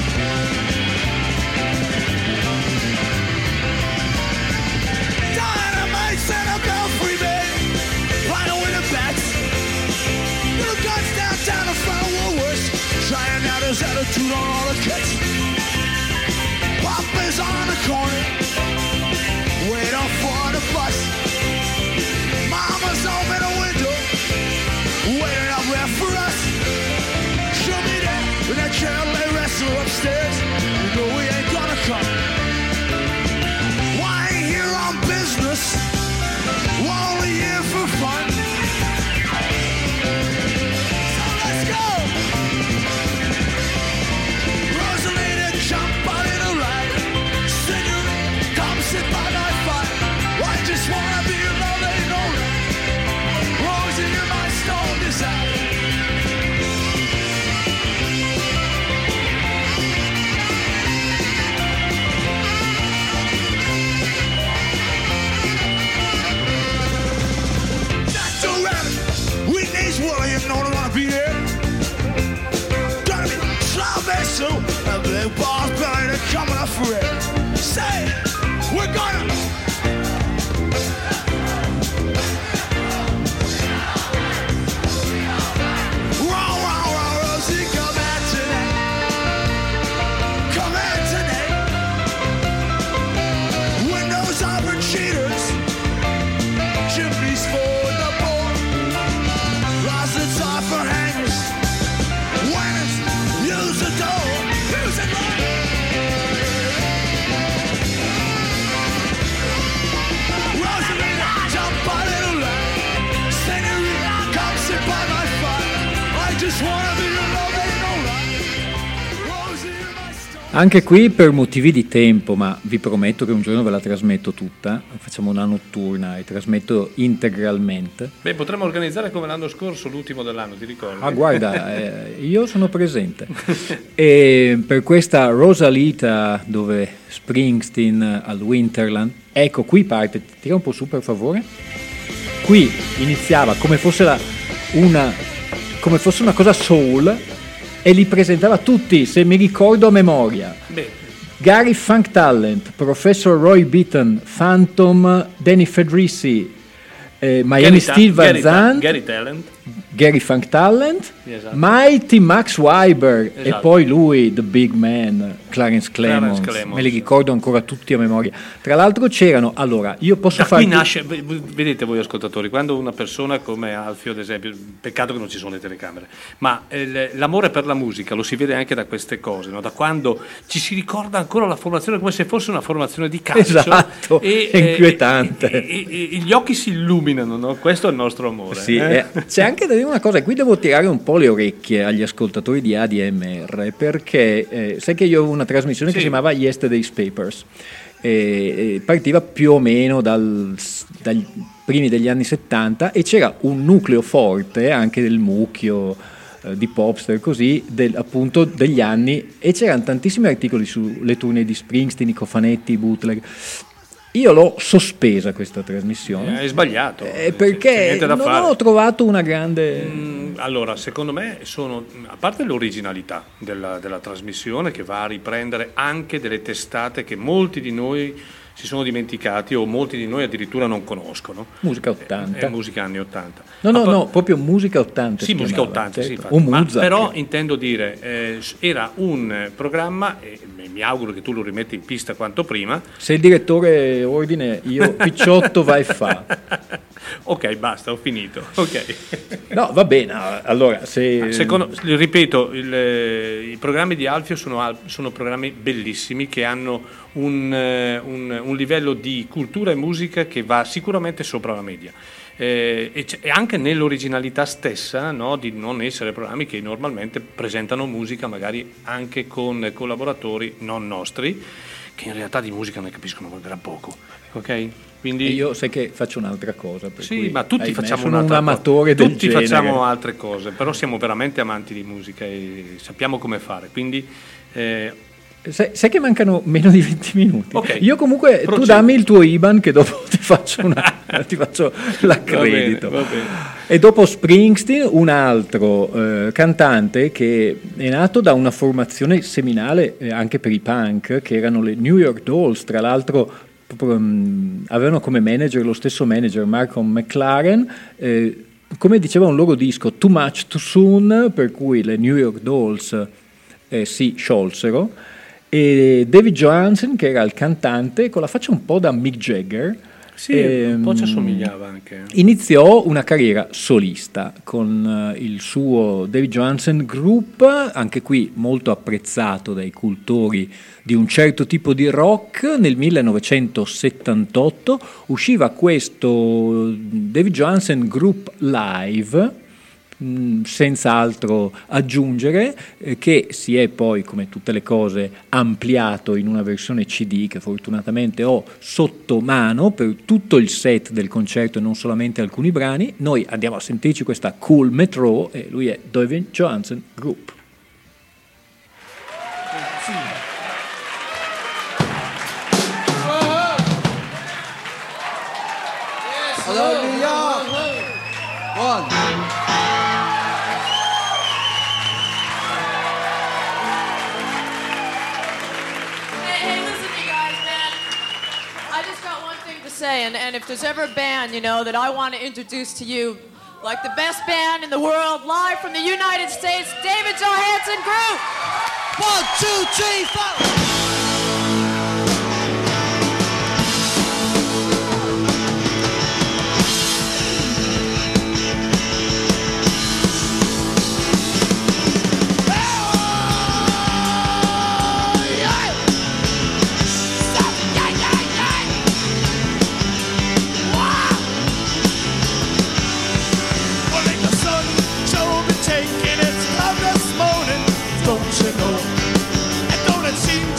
Dynamite and a belfry bed, playing with the bats. Little guns downtown in front of Woolworths, trying out his attitude on all the kids. Papa's on the corner, waiting for the bus. Mama's home in the window, waiting up there for us. She'll be there with that chair lay wrestler upstairs. You know we ain't gonna come. Why ain't here on business? We're only here for fun. So let's go. Rosalita, jump on in a ride. Senorita, come sit by my fire. I just wanna be your love, ain't no right. Rosie, you're my stone desire. Doctor Rabbit, weekdays worrying, no one wanna be there. Gonna be slow soup, a big boss belly, they're coming up for it. Say, we're gonna. Roll, roll, roll, Rosie, come out tonight. Come out tonight. Windows are for cheaters. Chimneys for the poor. Closets are for hangers. Winners, use the door. Use it, Lord. Rosalita, jump a little line. Senorita, come sit by my fire. I just wanna be your love, ain't no right. Rosie, you're my star. Anche qui per motivi di tempo, ma vi prometto che un giorno ve la trasmetto tutta, facciamo una notturna e trasmetto integralmente. Beh, potremmo organizzare come l'anno scorso, l'ultimo dell'anno, ti ricordi? Ah, guarda, eh, io sono presente. E per questa Rosalita, dove Springsteen al Winterland, ecco qui parte, tira un po' su per favore. Qui iniziava come fosse, la, una, come fosse una cosa soul e li presentava tutti, se mi ricordo a memoria. Beh, Gary Funk Talent, Professor Roy Beaton, Phantom, Danny Fedrissi, eh, Miami Gary Steve Ta- Van Gary Ta- Zandt, Gary Talent. Gary Funk Talent, Esatto. Mighty Max Weiber e Esatto. poi lui, the big man, Clarence Clemons, Clarence Clemons. me li ricordo ancora tutti a memoria. Tra l'altro c'erano, allora, io posso Da farvi... qui nasce, vedete voi ascoltatori, quando una persona come Alfio ad esempio, peccato che non ci sono le telecamere, ma eh, l'amore per la musica lo si vede anche da queste cose, no? Da quando ci si ricorda ancora la formazione come se fosse una formazione di calcio. Esatto, e, è inquietante. E, e, e, e gli occhi si illuminano, no? Questo è il nostro amore. Sì, eh? eh, c'è anche da dire una cosa, qui devo tirare un po' le orecchie agli ascoltatori di A D M R, perché eh, sai che io avevo una trasmissione Sì. che si chiamava Yesterday's Papers, e, e partiva più o meno dal, dagli primi degli anni settanta e c'era un nucleo forte anche del mucchio eh, di Popster così, del, appunto degli anni, e c'erano tantissimi articoli sulle tournée di Springsteen, i cofanetti, i bootleg. Io l'ho sospesa questa trasmissione. È sbagliato. Eh, C'è perché niente da non fare. ho trovato una grande... Mm, allora, secondo me sono, a parte l'originalità della, della trasmissione che va a riprendere anche delle testate che molti di noi si sono dimenticati o molti di noi addirittura non conoscono. Musica ottanta. È, è musica anni ottanta. No, no, Ma poi- no, proprio musica ottanta. Sì, si musica chiamava, ottanta, sì, certo. infatti. O Ma Muzak. però intendo dire, eh, era un programma, e mi auguro che tu lo rimetti in pista quanto prima. Se il direttore ordine, io picciotto vai fa. Ok, basta, ho finito. Ok. No, va bene. Allora, se... Secondo, ripeto, il, eh, i programmi di Alfio sono, al- sono programmi bellissimi che hanno un, eh, un- un livello di cultura e musica che va sicuramente sopra la media. Eh, e, c- e anche nell'originalità stessa, no, di non essere programmi che normalmente presentano musica magari anche con collaboratori non nostri che in realtà di musica ne capiscono gran poco, ok? Quindi E io sai che faccio un'altra cosa. Per sì, cui, ma tutti ahimè, facciamo sono un un'altra amatore cosa. del Tutti genere. facciamo altre cose, però siamo veramente amanti di musica e sappiamo come fare. Quindi eh, Sai, sai che mancano meno di venti minuti? Ok. Io comunque, tu Procedi. dammi il tuo I B A N che dopo ti faccio, una, ti faccio l'accredito. Va bene, va bene. E dopo Springsteen, un altro eh, cantante che è nato da una formazione seminale eh, anche per i punk, che erano le New York Dolls, tra l'altro proprio, um, avevano come manager lo stesso manager, Malcolm McLaren, eh, come diceva un loro disco, Too Much Too Soon, per cui le New York Dolls eh, si sciolsero, e David Johansen, che era il cantante, con la faccia un po' da Mick Jagger, sì, un po' ci ehm, assomigliava anche. iniziò una carriera solista con eh, il suo David Johansen Group, anche qui molto apprezzato dai cultori di un certo tipo di rock. Nel millenovecentosettantotto usciva questo David Johansen Group Live, mh, senza altro aggiungere, eh, che si è poi, come tutte le cose, ampliato in una versione C D che fortunatamente ho sotto mano per tutto il set del concerto e non solamente alcuni brani. Noi andiamo a sentirci questa Cool Metro e lui è David Johansen Group. Hello, New York. One. Hey, hey, listen, you guys, man. I just got one thing to say, and, and if there's ever a band, you know, that I want to introduce to you, like the best band in the world, live from the United States, David Johansen Group. One, two, three, four. Well, ain't the sun sure been taking its time this morning, don't you know? And don't it seem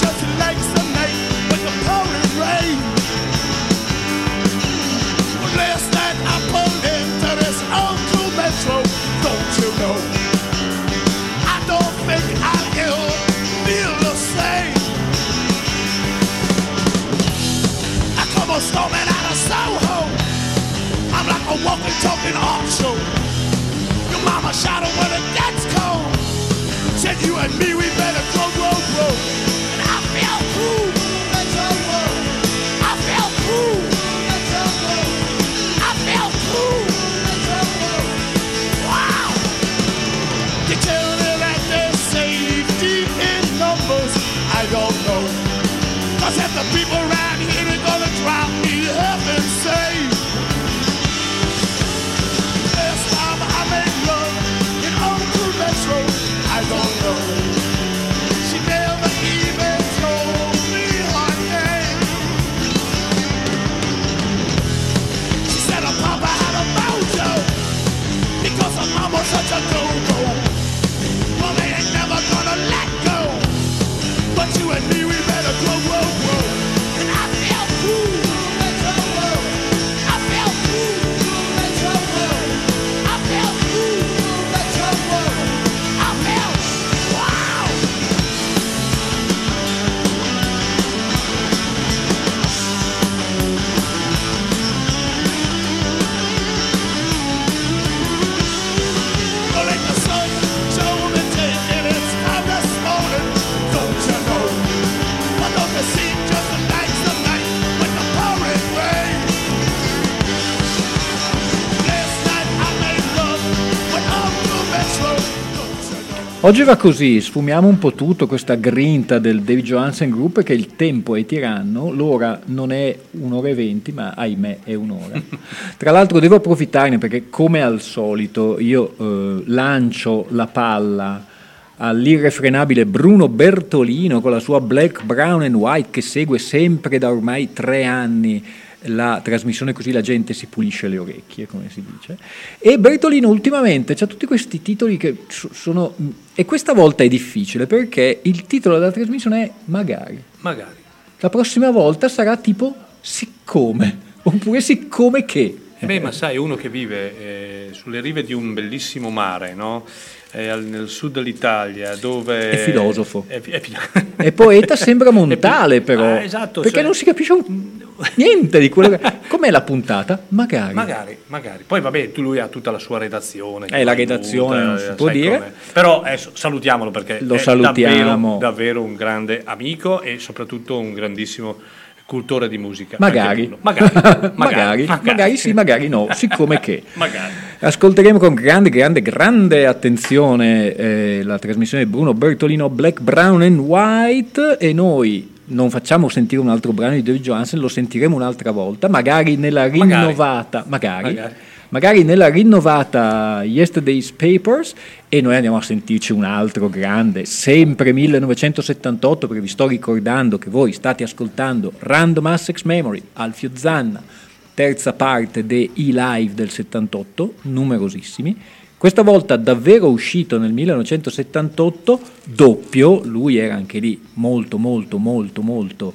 Oggi va così, sfumiamo un po' tutto, questa grinta del David Johansen Group, che il tempo è tiranno, l'ora non è un'ora e venti, ma ahimè è un'ora. Tra l'altro devo approfittarne perché, come al solito, io eh, lancio la palla all'irrefrenabile Bruno Bertolino con la sua Black, Brown and White, che segue sempre da ormai tre anni la trasmissione, così la gente si pulisce le orecchie, come si dice. E Bertolino ultimamente c'ha tutti questi titoli che sono, e questa volta è difficile perché il titolo della trasmissione è Magari. Magari. La prossima volta sarà tipo Siccome, oppure Siccome che. Eh beh, ma sai, uno che vive eh, sulle rive di un bellissimo mare, no? Eh, al, nel sud dell'Italia, dove... È filosofo. È, è, è poeta, sembra Montale, però. Ah, esatto, perché cioè... non si capisce un... niente di quello che... Com'è la puntata? Magari. Magari, magari. Poi vabbè, tu, lui ha tutta la sua redazione. Eh, la redazione non si può dire. Come. Però eh, salutiamolo perché Lo è salutiamo. Davvero, davvero un grande amico e soprattutto un grandissimo cultore di musica. Magari. Magari. magari. magari. magari. Magari sì, magari no, siccome che. Magari. Ascolteremo con grande, grande, grande attenzione eh, la trasmissione di Bruno Bertolino, Black, Brown and White, e noi non facciamo sentire un altro brano di David Johansen, lo sentiremo un'altra volta, magari nella rinnovata, magari, magari, magari. magari nella rinnovata Yesterday's Papers, e noi andiamo a sentirci un altro grande, sempre millenovecentosettantotto, perché vi sto ricordando che voi state ascoltando Random Access Memory, Alfio Zanna, terza parte dei live del settantotto, numerosissimi. Questa volta davvero uscito nel millenovecentosettantotto, doppio, lui era anche lì molto molto molto molto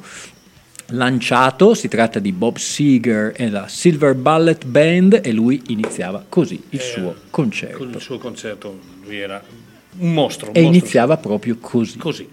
lanciato, si tratta di Bob Seger e la Silver Bullet Band, e lui iniziava così il eh, suo concerto. Con il suo concerto lui era un mostro. Un e mostro. Iniziava proprio così. Così.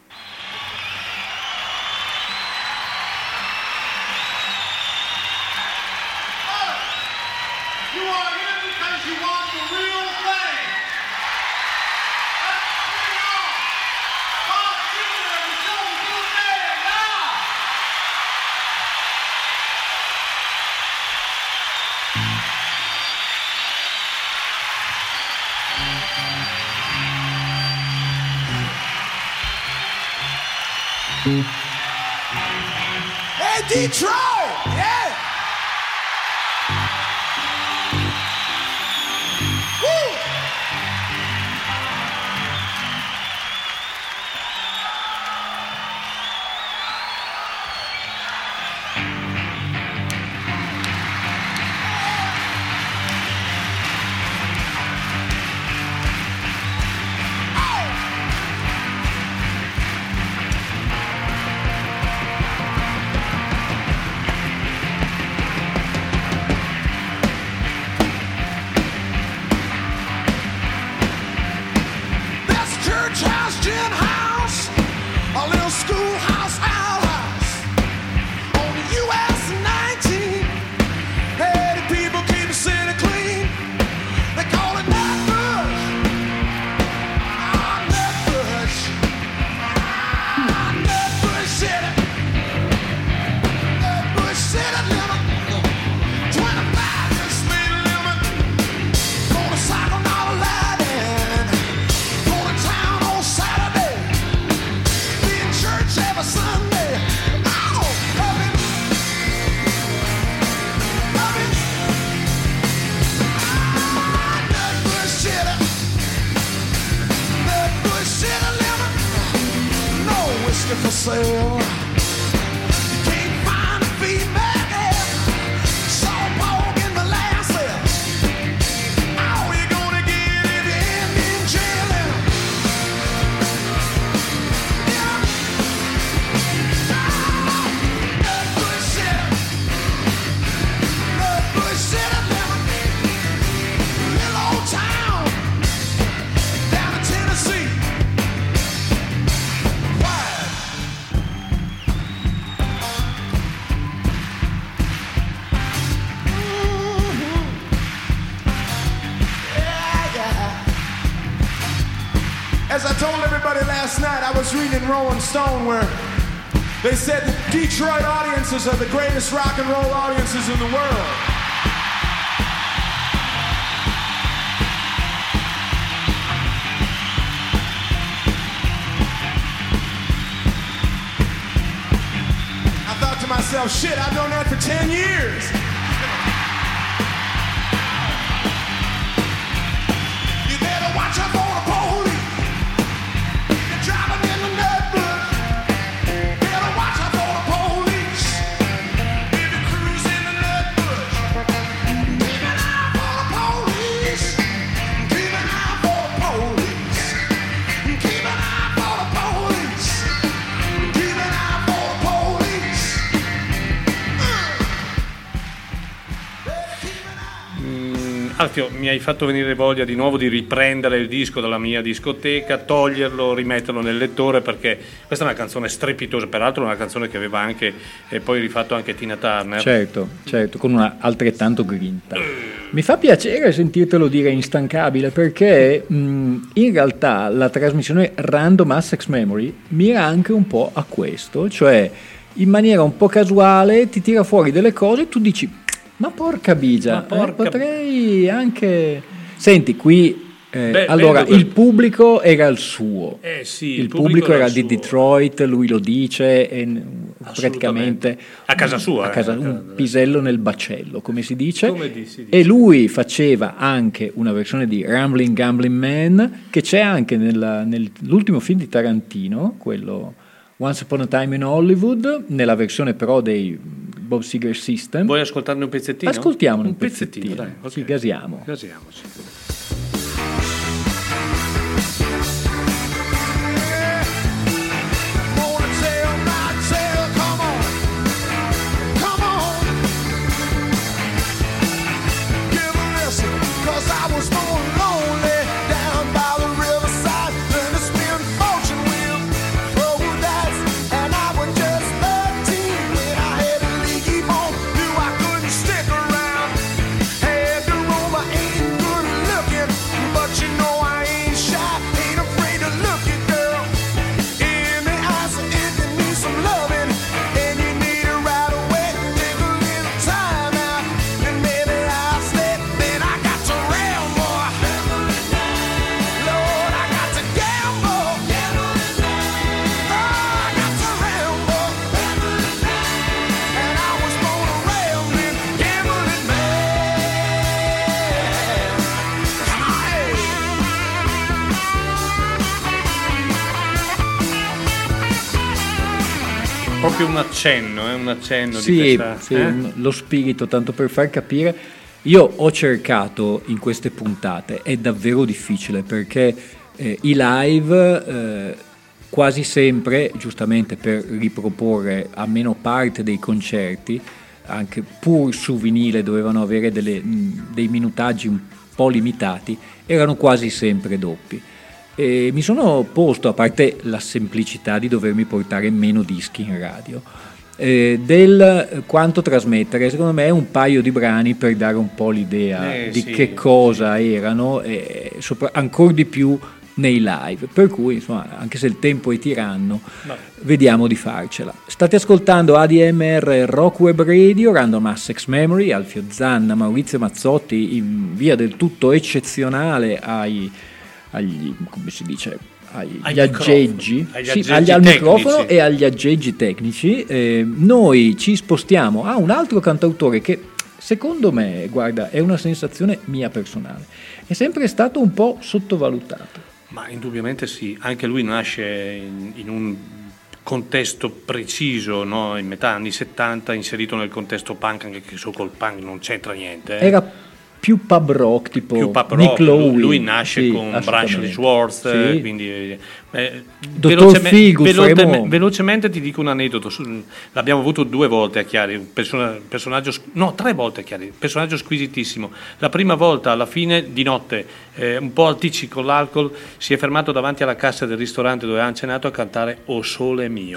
Hey, Detroit! Yeah! Woo! For sale. You can't find a female, salt pork in molasses. All you're gonna get if you end in jail. Yeah. Oh, that bullshit, that bullshit, little old town down in Tennessee. As I told everybody last night, I was reading Rolling Stone where they said that Detroit audiences are the greatest rock and roll audiences in the world. myself, shit, I've done that for ten years. You better watch out for the police. They're driving in the neighborhood. Better watch out for the police. If you cruise in the neighborhood, keep an eye for the police. Keep an eye for the police. Keep an eye for the police. Keep an eye for the police. Alfio, mi hai fatto venire voglia di nuovo di riprendere il disco dalla mia discoteca, toglierlo, rimetterlo nel lettore, perché questa è una canzone strepitosa, peraltro una canzone che aveva anche e poi rifatto anche Tina Turner. Certo, certo, con una altrettanto grinta. Mi fa piacere sentirtelo dire instancabile, perché mh, in realtà la trasmissione Random Access Memory mira anche un po' a questo, cioè in maniera un po' casuale ti tira fuori delle cose e tu dici ma porca bigia, Ma porca- eh, potrei anche... Senti, qui eh, Beh, allora bello il quel- pubblico era il suo, Eh sì, il, il pubblico, pubblico era era di il suo. Detroit, lui lo dice, e n- praticamente A casa sua, a eh, casa- a casa- un pisello nel baccello, come si dice. Come di- si dice. E lui faceva anche una versione di Rambling Gambling Man, che c'è anche nella- nell'ultimo film di Tarantino, quello Once Upon a Time in Hollywood, nella versione però dei Bob Seger System. Vuoi ascoltarne un pezzettino? Ascoltiamone un, un pezzettino, pezzettino, dai. ok. ci gasiamo. Gasiamoci. Wanna tell my tale, come on, come on. Give a listen, 'cause I was born lonely down by the riverside. Learned to spin fortune wheels, throw dice, and I was just thirteen when I had a leaky bone. Knew I couldn't stick around. Had to roam, I ain't good looking, but you know I ain't shy, ain't afraid to look at girl in the eyes. If you need some loving and you need it right away, take a little time out and maybe I'll slip. Then I got to ramble, Lord, I got to gamble. Oh, I got to ramble, and I was born a rambling, gambling man. Hi. Proprio un accenno, eh, un accenno Sì, di questa... sì, eh? un- lo spirito, tanto per far capire. Io ho cercato in queste puntate, è davvero difficile perché eh, i live eh, quasi sempre, giustamente per riproporre almeno parte dei concerti, anche pur su vinile dovevano avere delle, mh, dei minutaggi un po' limitati, erano quasi sempre doppi. E mi sono posto, a parte la semplicità di dovermi portare meno dischi in radio, eh, del quanto trasmettere, secondo me un paio di brani per dare un po' l'idea Eh, di sì, che cosa erano, e sopra- ancora di più nei live, per cui insomma, anche se il tempo è tiranno, vediamo di farcela. State ascoltando A D M R Rock Web Radio, Random Access Memory, Alfio Zanna, Maurizio Mazzotti, in via del tutto eccezionale ai agli, come si dice, agli Agli aggeggi, microfoni, agli sì, aggeggi agli- al tecnici. microfono e agli aggeggi tecnici. Eh, noi ci spostiamo a un altro cantautore che secondo me, guarda, è una sensazione mia personale, è sempre stato un po' sottovalutato. Ma indubbiamente sì, anche lui nasce in, in un contesto preciso, no? In metà anni settanta, inserito nel contesto punk, anche che so col punk non c'entra niente. eh. Era più pub rock, tipo Più pop Nick rock, Lowe. lui nasce Sì, con assolutamente. Branchley Schwartz, Sì. quindi eh, eh, Dottor Feelgood, veloce- faremo- velocemente ti dico un aneddoto, su- l'abbiamo avuto due volte a Chiari, un persona- personaggio, squ- no tre volte a Chiari, personaggio squisitissimo. La prima volta alla fine di notte, eh, un po' alticci con l'alcol, si è fermato davanti alla cassa del ristorante dove avevamo cenato a cantare O Sole Mio.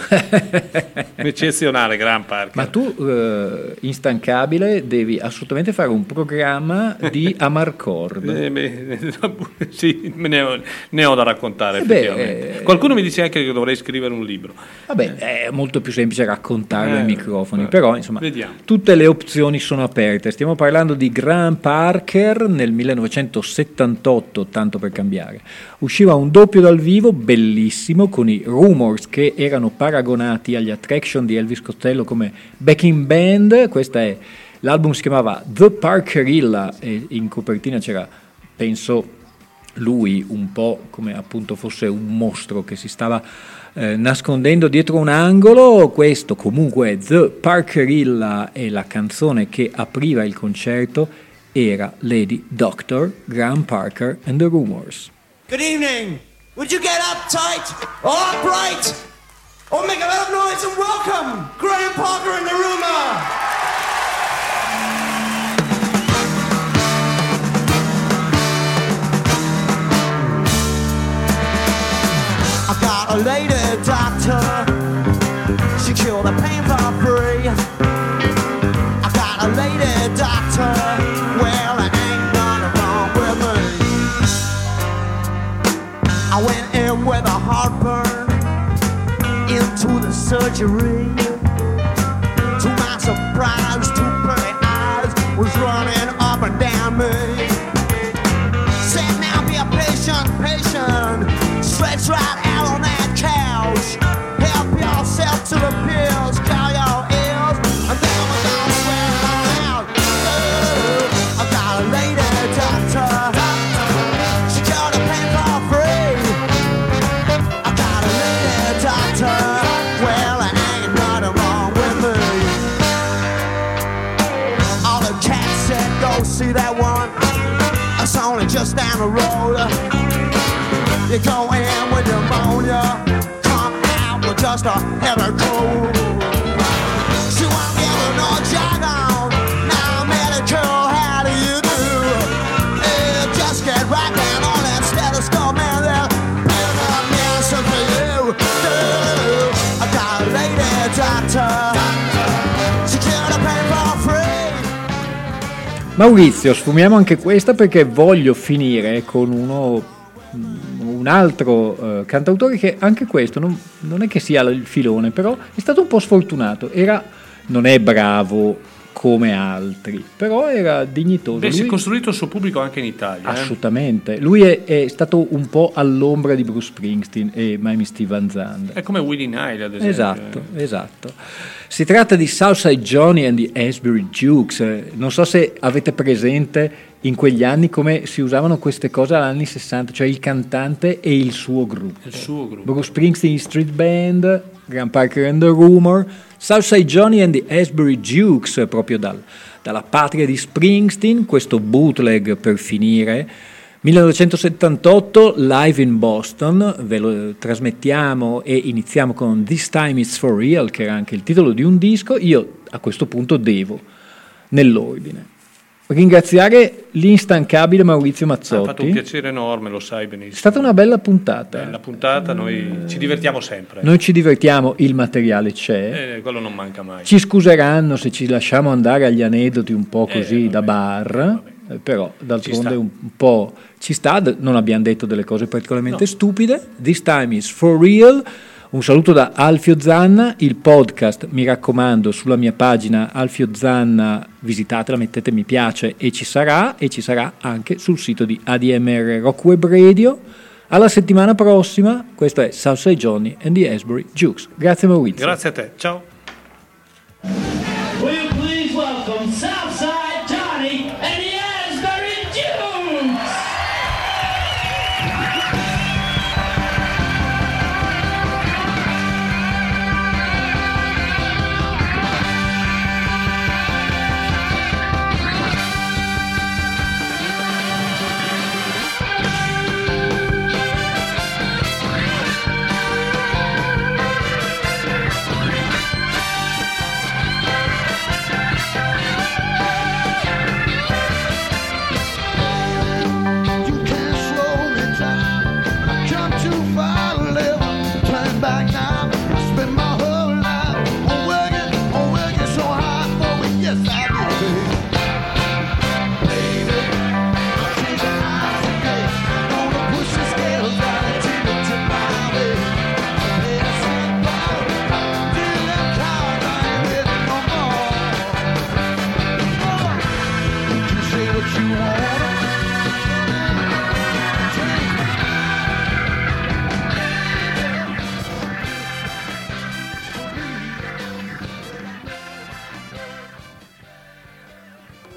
Eccezionale, Gran Parker. Ma tu, eh, instancabile, devi assolutamente fare un programma di Amarcord. Eh, beh, sì, me ne ho, ne ho da raccontare Eh beh, effettivamente. Eh, Qualcuno mi dice anche che dovrei scrivere un libro. Vabbè, è molto più semplice raccontarlo Eh, ai microfoni, eh, però insomma vediamo. tutte le opzioni sono aperte. Stiamo parlando di Graham Parker nel millenovecentosettantotto, tanto per cambiare. Usciva un doppio dal vivo bellissimo con i Rumors che erano paragonati agli Attraction di Elvis Costello come backing band. Questa è, l'album si chiamava The Parkerilla e in copertina c'era, penso, lui un po' come appunto fosse un mostro che si stava eh, nascondendo dietro un angolo. Questo comunque è The Parkerilla e la canzone che apriva il concerto era Lady Doctor, Graham Parker and the Rumors. Good evening. Would you get uptight or upright or make a lot of noise and welcome Graham Parker and the Rumor? I got a lady doctor, she cure the pain for free. I got a lady doctor, well, there ain't nothing wrong with me. I went in with a heartburn into the surgery. To my surprise, two pretty eyes was running up and down me. Said now be a patient, patient, stretch right out on that couch. Help yourself to the pills, cow your ears, and then we're gonna swear it all out. Ooh, I got a lady doctor, she cured the pain for free. I got a lady doctor, well, there ain't nothing wrong with me. All the cats said go see that one, it's only just down the road. You go in with pneumonia, come out with just a heavy cold. She won't give her no jargon. Now medical, how do you do? Eh, just get right down on that stethoscope, man. They'll build up the answer for you. Ooh, I got a lady doctor, she cured the pain for free. Maurizio, sfumiamo anche questa perché voglio finire con uno un altro uh, cantautore che anche questo non, non è che sia il filone, però è stato un po' sfortunato. Era, non è bravo come altri, però era dignitoso. Beh, Lui, si è costruito il suo pubblico anche in Italia. assolutamente. Eh? Lui è, è stato un po' all'ombra di Bruce Springsteen e Mamie Steve Van Zandt. È come Willie Nile, ad esempio. Esatto, esatto. Si tratta di Southside Johnny and the Asbury Jukes. Non so se avete presente in quegli anni come si usavano queste cose agli anni sessanta, cioè il cantante e il suo gruppo. Il suo gruppo. Bruce Springsteen Street Band, Graham Parker and the Rumor, Southside Johnny and the Asbury Jukes, proprio dal, dalla patria di Springsteen, questo bootleg per finire. millenovecentosettantotto, live in Boston, ve lo trasmettiamo e iniziamo con This Time It's For Real, che era anche il titolo di un disco. Io a questo punto devo, nell'ordine, ringraziare l'instancabile Maurizio Mazzotti. Ha fatto un piacere enorme, lo sai benissimo. È stata una bella puntata. Bella puntata, noi ci divertiamo sempre. Noi ci divertiamo, il materiale c'è. Eh, quello non manca mai. Ci scuseranno se ci lasciamo andare agli aneddoti un po' così Eh, vabbè, da bar, vabbè. eh, però d'altronde sta. un, un po' ci sta, d- non abbiamo detto delle cose particolarmente No. stupide. This time is for real. Un saluto da Alfio Zanna, il podcast, mi raccomando, sulla mia pagina Alfio Zanna, visitatela, mettete mi piace e ci sarà, e ci sarà anche sul sito di A D M R Rock Web Radio. Alla settimana prossima, questo è Southside Johnny and the Asbury Jukes. Grazie Maurizio. Grazie a te, ciao.